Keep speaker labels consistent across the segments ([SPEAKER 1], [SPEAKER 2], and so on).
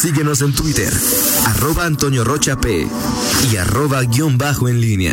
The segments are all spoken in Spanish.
[SPEAKER 1] Síguenos en Twitter, @AntonioRochaP y @_en línea.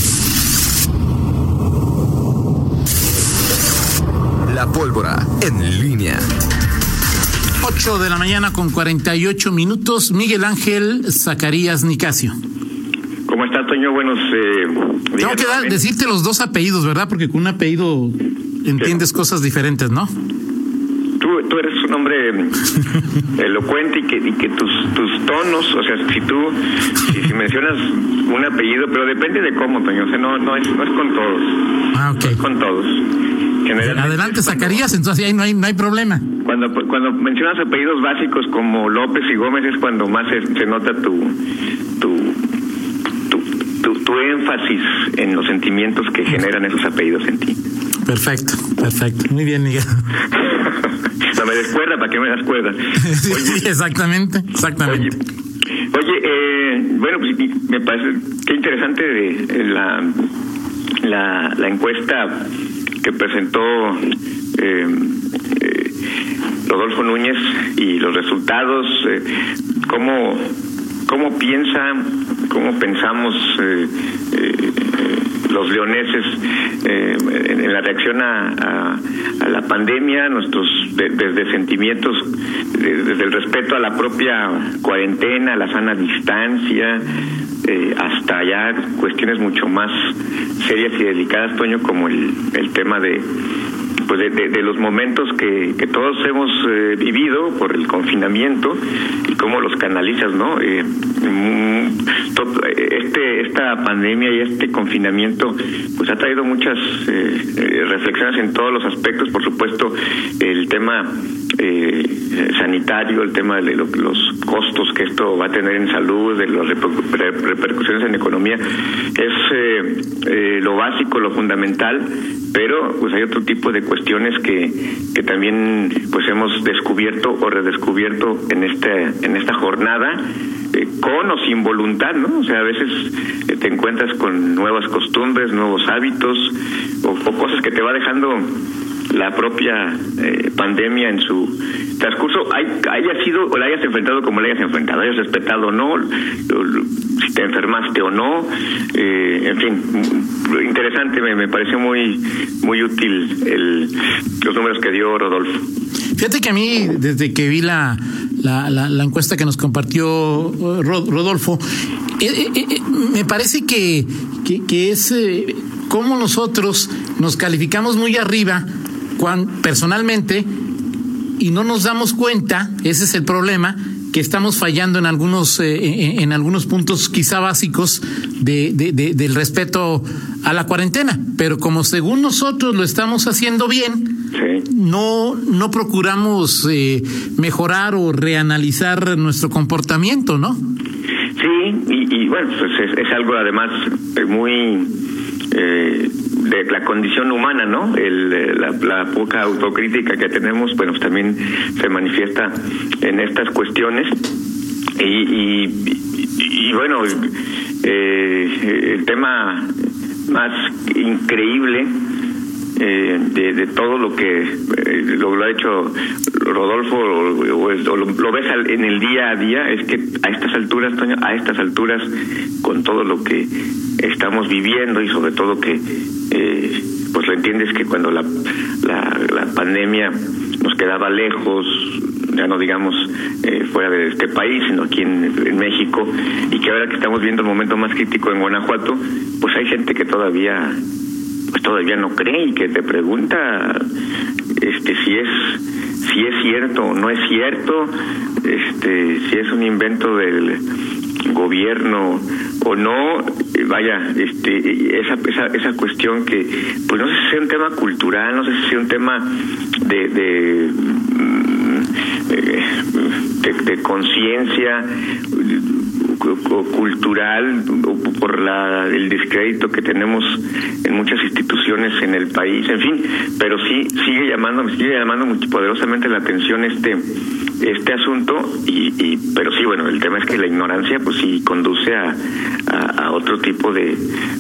[SPEAKER 1] La Pólvora en línea.
[SPEAKER 2] 8 de la mañana con 48 minutos. Miguel Ángel Zacarías Nicasio.
[SPEAKER 3] ¿Cómo está, Toño? Buenos
[SPEAKER 2] Tengo que decirte los dos apellidos, ¿verdad? Porque con un apellido entiendes cosas diferentes, ¿no?
[SPEAKER 3] Tú eres un hombre elocuente y que tus tonos, o sea, si mencionas un apellido, pero depende de cómo, Toño, o sea, no es con todos.
[SPEAKER 2] Ah, ok.
[SPEAKER 3] No es con todos.
[SPEAKER 2] Adelante, Zacarías, entonces ahí no hay problema.
[SPEAKER 3] Cuando mencionas apellidos básicos como López y Gómez es cuando más se nota tu énfasis en los sentimientos que generan esos apellidos en ti.
[SPEAKER 2] Perfecto. Muy bien, Miguel.
[SPEAKER 3] No me des cuerda, ¿para qué me das cuerda?
[SPEAKER 2] Sí, exactamente.
[SPEAKER 3] Oye, bueno, pues me parece que interesante la encuesta que presentó Rodolfo Núñez y los resultados, cómo pensamos los leoneses en la reacción a la pandemia, desde sentimientos, desde el respeto a la propia cuarentena, a la sana distancia, hasta ya cuestiones mucho más serias y delicadas, Toño, como el tema de los momentos que todos hemos vivido por el confinamiento y cómo los canalizas, ¿no? Esta pandemia y este confinamiento pues ha traído muchas reflexiones en todos los aspectos, por supuesto el tema sanitario, el tema de los costos que esto va a tener en salud, de las repercusiones en economía, es lo básico, lo fundamental, pero pues hay otro tipo de cuestiones que también pues hemos descubierto o redescubierto en esta jornada, con o sin voluntad, ¿no? O sea, a veces te encuentras con nuevas costumbres, nuevos hábitos o cosas que te va dejando la propia pandemia en su transcurso, haya sido o la hayas enfrentado como la hayas enfrentado, hayas respetado o no, si te enfermaste o no, en fin, interesante, me pareció muy útil los números que dio Rodolfo.
[SPEAKER 2] Fíjate que a mí, desde que vi la encuesta que nos compartió Rodolfo, me parece que es cómo nosotros nos calificamos muy arriba personalmente y no nos damos cuenta, ese es el problema, que estamos fallando en algunos puntos quizá básicos del respeto a la cuarentena, pero como según nosotros lo estamos haciendo bien, sí, no procuramos mejorar o reanalizar nuestro comportamiento, ¿no?
[SPEAKER 3] Sí, y bueno, pues es algo además muy de la condición humana, ¿no? La poca autocrítica que tenemos, bueno, pues también se manifiesta en estas cuestiones y bueno, el tema más increíble de todo lo que lo ha hecho Rodolfo o lo ves en el día a día, es que a estas alturas, Toño, con todo lo que estamos viviendo y sobre todo que pues lo entiendes que cuando la pandemia nos quedaba lejos, ya no digamos fuera de este país, sino aquí en México, y que ahora que estamos viendo el momento más crítico en Guanajuato, pues hay gente que todavía no cree y que te pregunta si es cierto o no es cierto, si es un invento del gobierno o no. Vaya, esa cuestión que pues no sé si sea un tema cultural, no sé si sea un tema de conciencia cultural o por el descrédito que tenemos en muchas instituciones en el país, en fin, pero sí me sigue llamando muy poderosamente la atención este asunto pero sí, bueno, el tema es que la ignorancia pues sí conduce a otro tipo de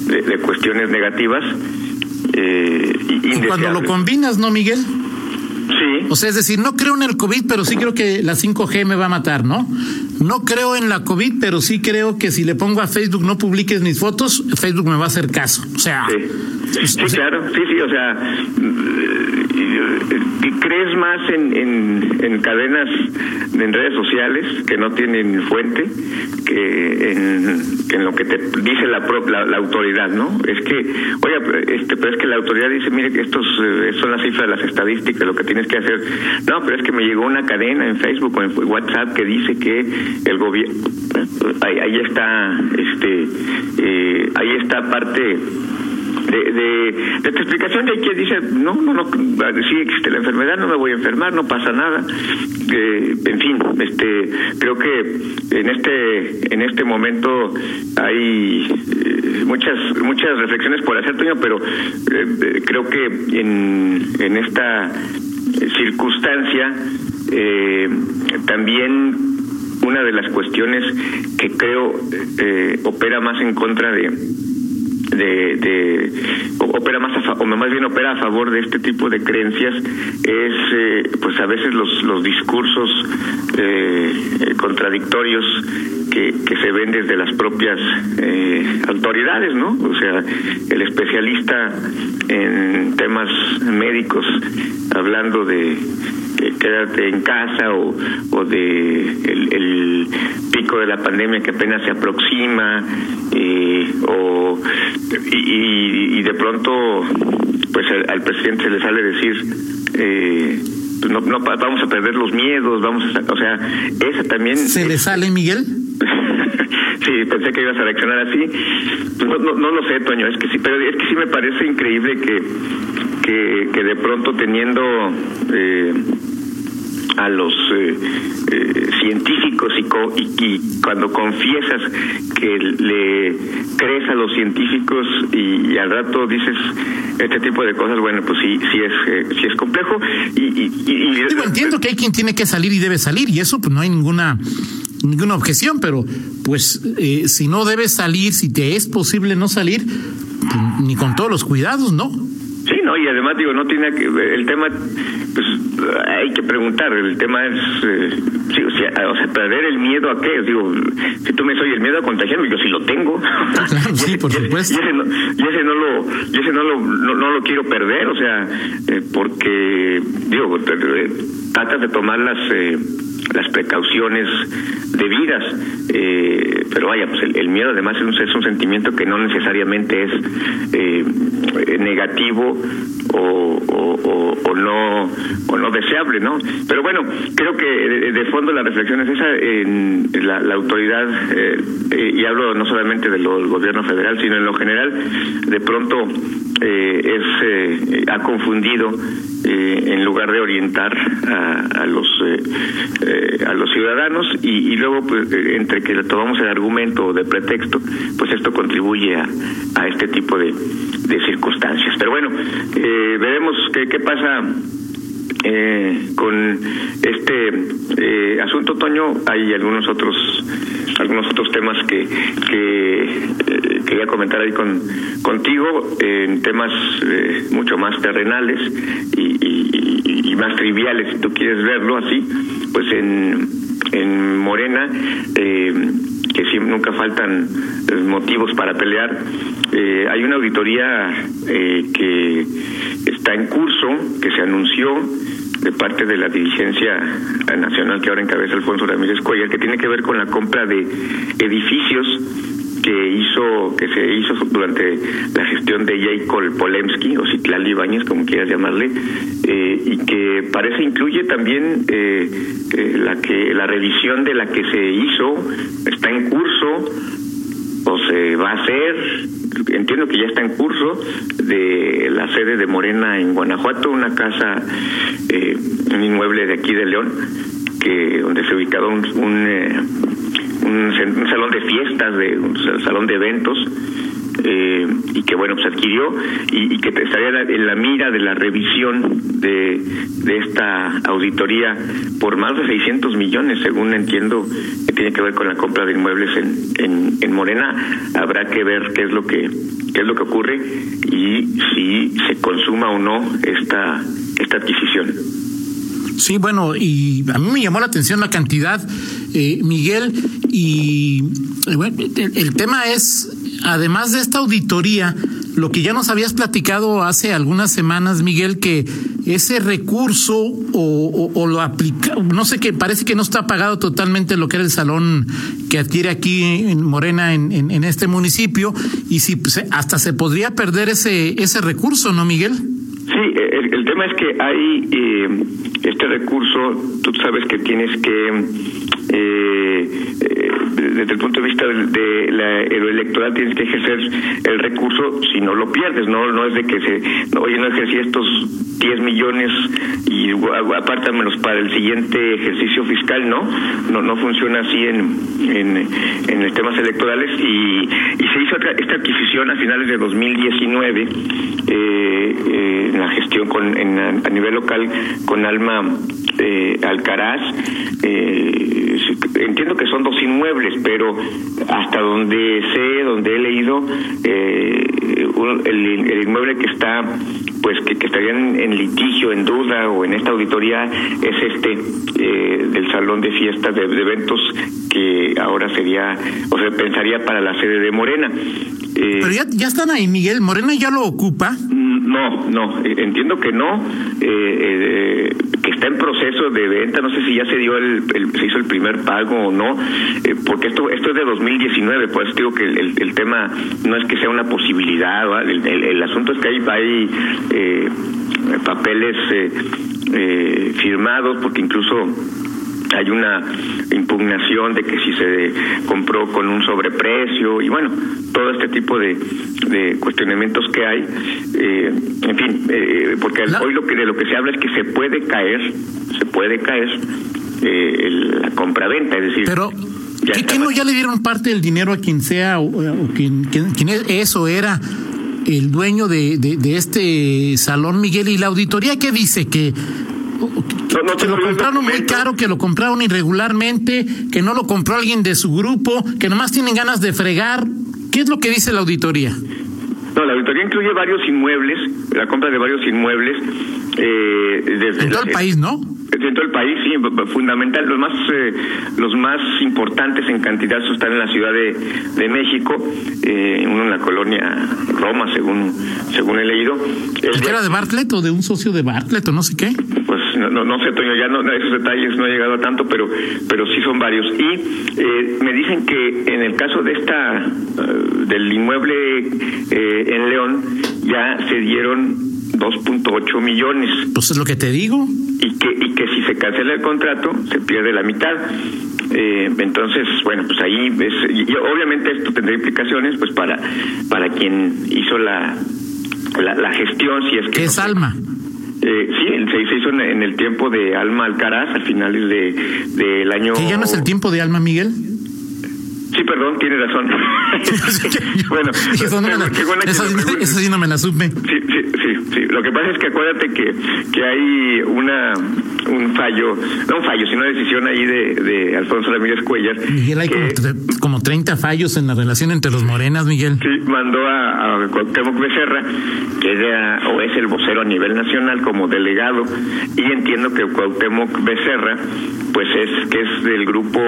[SPEAKER 3] cuestiones negativas
[SPEAKER 2] y cuando lo combinas, ¿no, Miguel?
[SPEAKER 3] Sí.
[SPEAKER 2] O sea, es decir, no creo en el COVID, pero sí creo que la 5G me va a matar, ¿no? No creo en la COVID, pero sí creo que si le pongo a Facebook no publiques mis fotos, Facebook me va a hacer caso. O sea...
[SPEAKER 3] Sí, claro, sí, o sea, crees más en cadenas en redes sociales que no tienen fuente que en lo que te dice la autoridad, ¿no? Es que, oiga, pero es que la autoridad dice, mire, que estos son las cifras de las estadísticas, lo que tienes que hacer. No, pero es que me llegó una cadena en Facebook o en WhatsApp que dice que el gobierno, ahí está parte de tu explicación de que dice no, sí existe la enfermedad, no me voy a enfermar, no pasa nada, en fin, creo que en este momento hay muchas reflexiones por hacer, Toño, pero creo que en esta circunstancia también una de las cuestiones que creo opera más en contra opera a favor de este tipo de creencias es pues a veces los discursos contradictorios que se ven desde las propias autoridades, ¿no? O sea, el especialista en temas médicos hablando de quédate en casa o de el pico de la pandemia que apenas se aproxima y de pronto pues al presidente se le sale decir pues no vamos a perder los miedos, o sea, esa también
[SPEAKER 2] ¿se le sale, Miguel?
[SPEAKER 3] Sí, pensé que ibas a reaccionar así. Pues no lo sé, Toño, es que sí, pero es que sí me parece increíble que de pronto teniendo a los científicos y cuando confiesas que le crees a los científicos y al rato dices este tipo de cosas, bueno, pues sí es complejo
[SPEAKER 2] Digo, entiendo que hay quien tiene que salir y debe salir, y eso pues no hay ninguna objeción, pero pues si no debes salir, si te es posible no salir, pues, ni con todos los cuidados, ¿no?
[SPEAKER 3] Sí, no, y además digo, no tiene que el tema, pues hay que preguntar, el tema es sí, o sea, perder el miedo a qué, digo, si tú me dices, oye, el miedo a contagiarme, yo sí lo tengo.
[SPEAKER 2] Claro, sí, por supuesto.
[SPEAKER 3] Y ese no lo quiero perder, o sea, porque digo, tratas de tomar las precauciones debidas, pero vaya, pues el miedo además es un sentimiento que no necesariamente es negativo o no deseable, ¿no? Pero bueno, creo que de fondo la reflexión es esa, la autoridad, y hablo no solamente del gobierno federal, sino en lo general, de pronto ha confundido, en lugar de orientar a los ciudadanos y luego pues entre que le tomamos el argumento de pretexto, pues esto contribuye a este tipo de circunstancias. Pero bueno, veremos qué pasa con este asunto, Toño. Hay algunos otros temas que quería comentar ahí contigo, en temas mucho más terrenales y más triviales, si tú quieres verlo así. Pues en Morena, que siempre nunca faltan motivos para pelear, hay una auditoría que está en curso, que se anunció de parte de la dirigencia nacional que ahora encabeza Alfonso Ramírez Cuellar, que tiene que ver con la compra de edificios que se hizo durante la gestión de Jacob Polemski o Citlali Ibáñez, como quieras llamarle, y que parece incluye también la revisión de la que se hizo, está en curso o se va a hacer, entiendo que ya está en curso, de la sede de Morena en Guanajuato, una casa, un inmueble de aquí de León, donde se ubicaba un salón de fiestas, un salón de eventos, y que bueno, pues adquirió y que estaría en la mira de la revisión de esta auditoría por más de 600 millones, según entiendo, que tiene que ver con la compra de inmuebles en Morena. Habrá que ver qué es lo que ocurre y si se consuma o no esta adquisición.
[SPEAKER 2] Sí, bueno, y a mí me llamó la atención la cantidad, Miguel, y bueno, el tema es, además de esta auditoría, lo que ya nos habías platicado hace algunas semanas, Miguel, que ese recurso o lo aplica, no sé, que parece que no está pagado totalmente lo que era el salón que adquiere aquí en Morena en este municipio, y si pues, hasta se podría perder ese recurso, ¿no, Miguel?
[SPEAKER 3] Sí, el tema es que hay este recurso, tú sabes que tienes que, desde el punto de vista de lo electoral, tienes que ejercer el recurso si no lo pierdes, no es de que no ejercí estos 10 millones y apártamelos para el siguiente ejercicio fiscal, no funciona así en temas electorales, y se hizo esta adquisición a finales de 2019 en la gestión a nivel local con Alma Alcaraz. Entiendo que son 2 inmuebles, pero hasta donde he leído, el inmueble que está, pues que estarían en litigio, en duda, o en esta auditoría, es del salón de fiestas, de eventos, que ahora sería, o se pensaría para la sede de Morena.
[SPEAKER 2] Pero ya están ahí, Miguel. ¿Morena ya lo ocupa?
[SPEAKER 3] No, entiendo que no, que está en proceso de venta. No sé si ya se dio se hizo el primer pago o no, porque esto es de 2019, por eso digo que el tema no es que sea una posibilidad, ¿vale? El asunto es que hay papeles firmados, porque incluso hay una impugnación de que si se compró con un sobreprecio, y bueno, todo este tipo de cuestionamientos que hay, en fin, porque hoy de lo que se habla es que se puede caer la compraventa, es decir,
[SPEAKER 2] pero ¿qué no ya le dieron parte del dinero a quien sea o quien eso era el dueño de este salón, Miguel? Y la auditoría, ¿qué dice? Que lo compraron muy caro, que lo compraron irregularmente, que no lo compró alguien de su grupo, que nomás tienen ganas de fregar. ¿Qué es lo que dice la auditoría?
[SPEAKER 3] No, la auditoría incluye varios inmuebles, la compra de varios inmuebles.
[SPEAKER 2] En todo el país, ¿no?
[SPEAKER 3] En todo el país, sí, fundamental. Los más importantes en cantidad están en la Ciudad de México, uno en la colonia Roma, según he leído.
[SPEAKER 2] ¿El que era de Bartlett o de un socio de Bartlett o no sé qué?
[SPEAKER 3] Pues no sé, Toño, ya esos detalles no he llegado a tanto, pero sí son varios. Y me dicen que en el caso de del inmueble en León, ya se dieron 2.8 millones.
[SPEAKER 2] Pues es lo que te digo.
[SPEAKER 3] Y que si se cancela el contrato, se pierde la mitad. Entonces, bueno, pues ahí y obviamente esto tendrá implicaciones, pues para quien hizo la gestión, si es que...
[SPEAKER 2] ¿Qué es Alma?
[SPEAKER 3] Sí, se hizo en el tiempo de Alma Alcaraz, a finales del año...
[SPEAKER 2] ¿Que ya no es el tiempo de Alma, Miguel?
[SPEAKER 3] Sí, perdón, tiene razón. Bueno,
[SPEAKER 2] eso sí no me la supe.
[SPEAKER 3] Sí. Lo que pasa es que acuérdate que hay un fallo, no un fallo, sino una decisión ahí de Alfonso Ramírez Cuellar.
[SPEAKER 2] Miguel, hay como 30 fallos en la relación entre los morenas, Miguel.
[SPEAKER 3] Sí, mandó a Cuauhtémoc Becerra, que es el vocero a nivel nacional, como delegado, y entiendo que Cuauhtémoc Becerra, pues es del grupo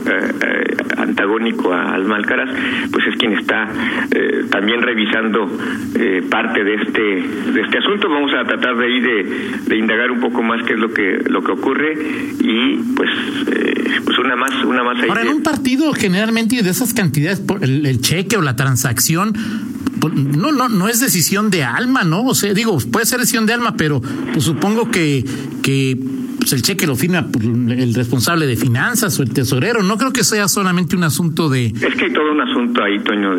[SPEAKER 3] antagónico a Alma Alcaraz, pues es quien está también revisando parte de este asunto. Vamos a tratar de indagar un poco más qué es lo que ocurre, y pues una más ahí.
[SPEAKER 2] Ahora, en un partido generalmente de esas cantidades, el cheque o la transacción, no es decisión de Alma, ¿no? O sea, digo, puede ser decisión de Alma, pero pues supongo que pues el cheque lo firma el responsable de finanzas o el tesorero. No creo que sea solamente un asunto de... Es
[SPEAKER 3] que hay todo un asunto ahí, Toño,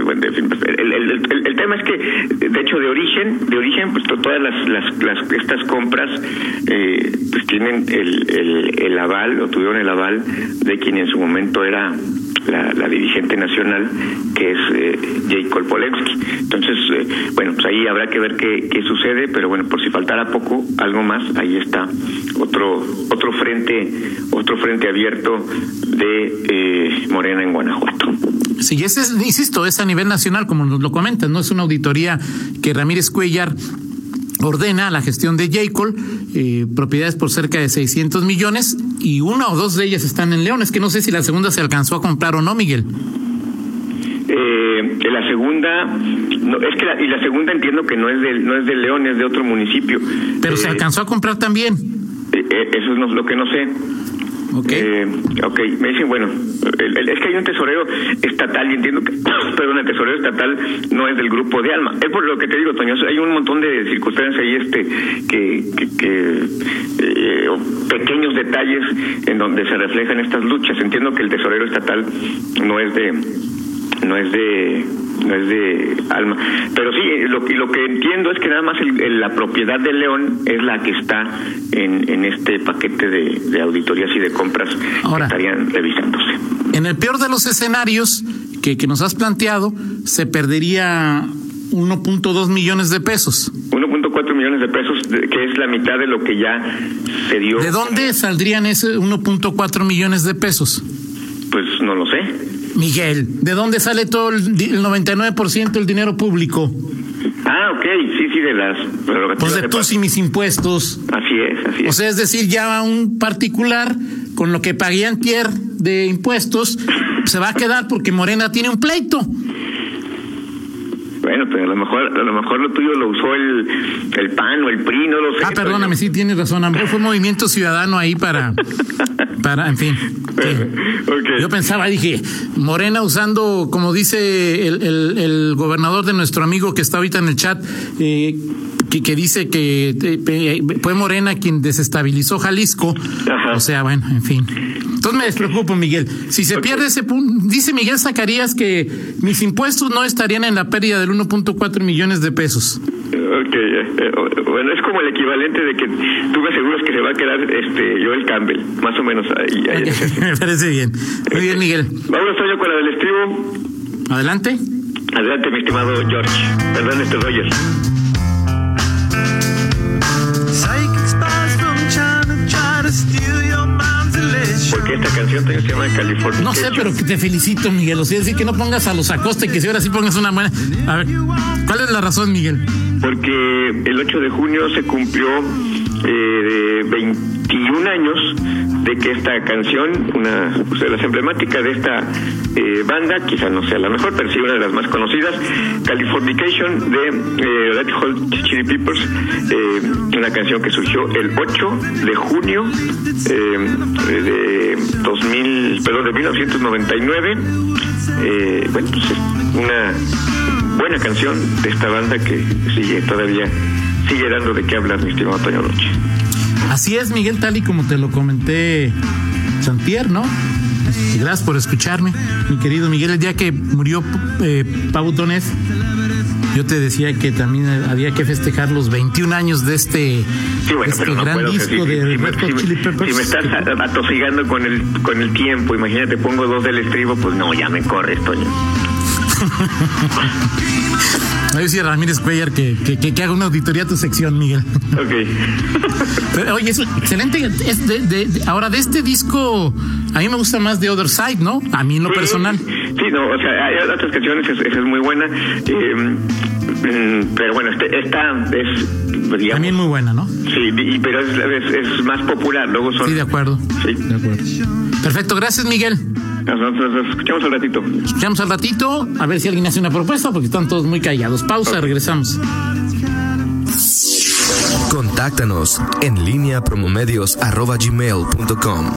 [SPEAKER 3] el tema es que, de hecho, de origen, pues todas estas compras pues tienen el aval, o tuvieron el aval de quien en su momento era la dirigente nacional, que es Jacob Polensky. Entonces, bueno, pues ahí habrá que ver qué sucede, pero bueno, por si faltara poco, algo más, ahí está otro frente abierto de Morena en Guanajuato.
[SPEAKER 2] Sí, insisto, es a nivel nacional, como nos lo comentan, no es una auditoría que Ramírez Cuellar ordena la gestión de Jacob, propiedades por cerca de 600 millones y una o dos de ellas están en León. Es que no sé si la segunda se alcanzó a comprar o no, Miguel.
[SPEAKER 3] La segunda, no, es que la segunda entiendo que no es de León, es de otro municipio.
[SPEAKER 2] Pero se alcanzó a comprar también.
[SPEAKER 3] Eso es lo que no sé. Me dicen, bueno, es que hay un tesorero estatal y entiendo que, perdón, el tesorero estatal no es del grupo de Alma. Es por lo que te digo, Toño, hay un montón de circunstancias ahí, pequeños detalles en donde se reflejan estas luchas. Entiendo que el tesorero estatal no es de Alma, pero sí, lo que entiendo es que nada más la propiedad de León es la que está en este paquete de auditorías y de compras. Ahora, que estarían revisándose.
[SPEAKER 2] En el peor de los escenarios que nos has planteado, se perdería 1.2 millones de pesos.
[SPEAKER 3] 1.4 millones de pesos, que es la mitad de lo que ya se dio.
[SPEAKER 2] ¿De dónde saldrían ese 1.4 millones de pesos?
[SPEAKER 3] Pues no lo sé.
[SPEAKER 2] Miguel, ¿de dónde sale todo el 99% del dinero público?
[SPEAKER 3] Ok, sí, de las prerrogativas.
[SPEAKER 2] Pues de tus y mis impuestos.
[SPEAKER 3] Así es.
[SPEAKER 2] O sea, es decir, ya un particular con lo que pagué antier de impuestos se va a quedar porque Morena tiene un pleito.
[SPEAKER 3] Bueno, pero a lo mejor lo tuyo lo usó el PAN o el PRI, no lo sé.
[SPEAKER 2] Perdóname, sí tienes razón, a lo mejor fue Movimiento Ciudadano ahí para en fin. Okay. Yo pensaba, dije, Morena usando, como dice el gobernador de nuestro amigo que está ahorita en el chat, que dice que fue Morena quien desestabilizó Jalisco. Ajá. O sea, bueno, en fin. Entonces me despreocupo, Miguel. Si se pierde ese punto, dice Miguel Zacarías que mis impuestos no estarían en la pérdida del 1.4 millones de pesos.
[SPEAKER 3] Bueno, es como el equivalente de que tú me aseguras que se va a quedar Joel Campbell, más o menos ahí.
[SPEAKER 2] Me parece bien. Muy bien, Miguel.
[SPEAKER 3] Vamos a con la del estribo.
[SPEAKER 2] Adelante,
[SPEAKER 3] mi estimado George. Perdón, Roger. Porque esta canción se llama California.
[SPEAKER 2] No sé, pero que te felicito, Miguel. O sea, decir que no pongas a los Acosta y que si ahora sí pongas una buena. A ver, ¿cuál es la razón, Miguel?
[SPEAKER 3] Porque el 8 de junio se cumplió 21 años de que esta canción, una de las emblemáticas de esta banda, quizá no sea la mejor, pero sí una de las más conocidas, Californication de Red Hot Chili Peppers, una canción que surgió el 8 de junio de 1999. Bueno, pues una buena canción de esta banda que sigue dando de qué hablar, mi estimado Toño Rocha.
[SPEAKER 2] Así es, Miguel, tal y como te lo comenté Santier, ¿no? Y gracias por escucharme, mi querido Miguel. El día que murió Pau Donés, yo te decía que también había que festejar los 21 años de este gran disco de Red Hot Chili Peppers.
[SPEAKER 3] Si me estás atosigando con el tiempo, imagínate, pongo 2 del estribo, pues no, ya me corres, Toño.
[SPEAKER 2] A ver si Ramírez Cuellar que haga una auditoría a tu sección, Miguel. Pero, oye, es excelente. Ahora, de este disco, a mí me gusta más The Other Side, ¿no? A mí en lo personal.
[SPEAKER 3] Sí, no, o sea, hay otras canciones, esa es muy buena. Pero bueno, esta es, digamos,
[SPEAKER 2] también muy buena, ¿no?
[SPEAKER 3] Sí, pero es más popular. Luego son.
[SPEAKER 2] Sí, de acuerdo.
[SPEAKER 3] Sí.
[SPEAKER 2] De acuerdo. Perfecto, gracias, Miguel.
[SPEAKER 3] Nos escuchamos al ratito.
[SPEAKER 2] Escuchamos al ratito, a ver si alguien hace una propuesta, porque están todos muy callados. Pausa, regresamos.
[SPEAKER 1] Contáctanos en línea promomedios@gmail.com.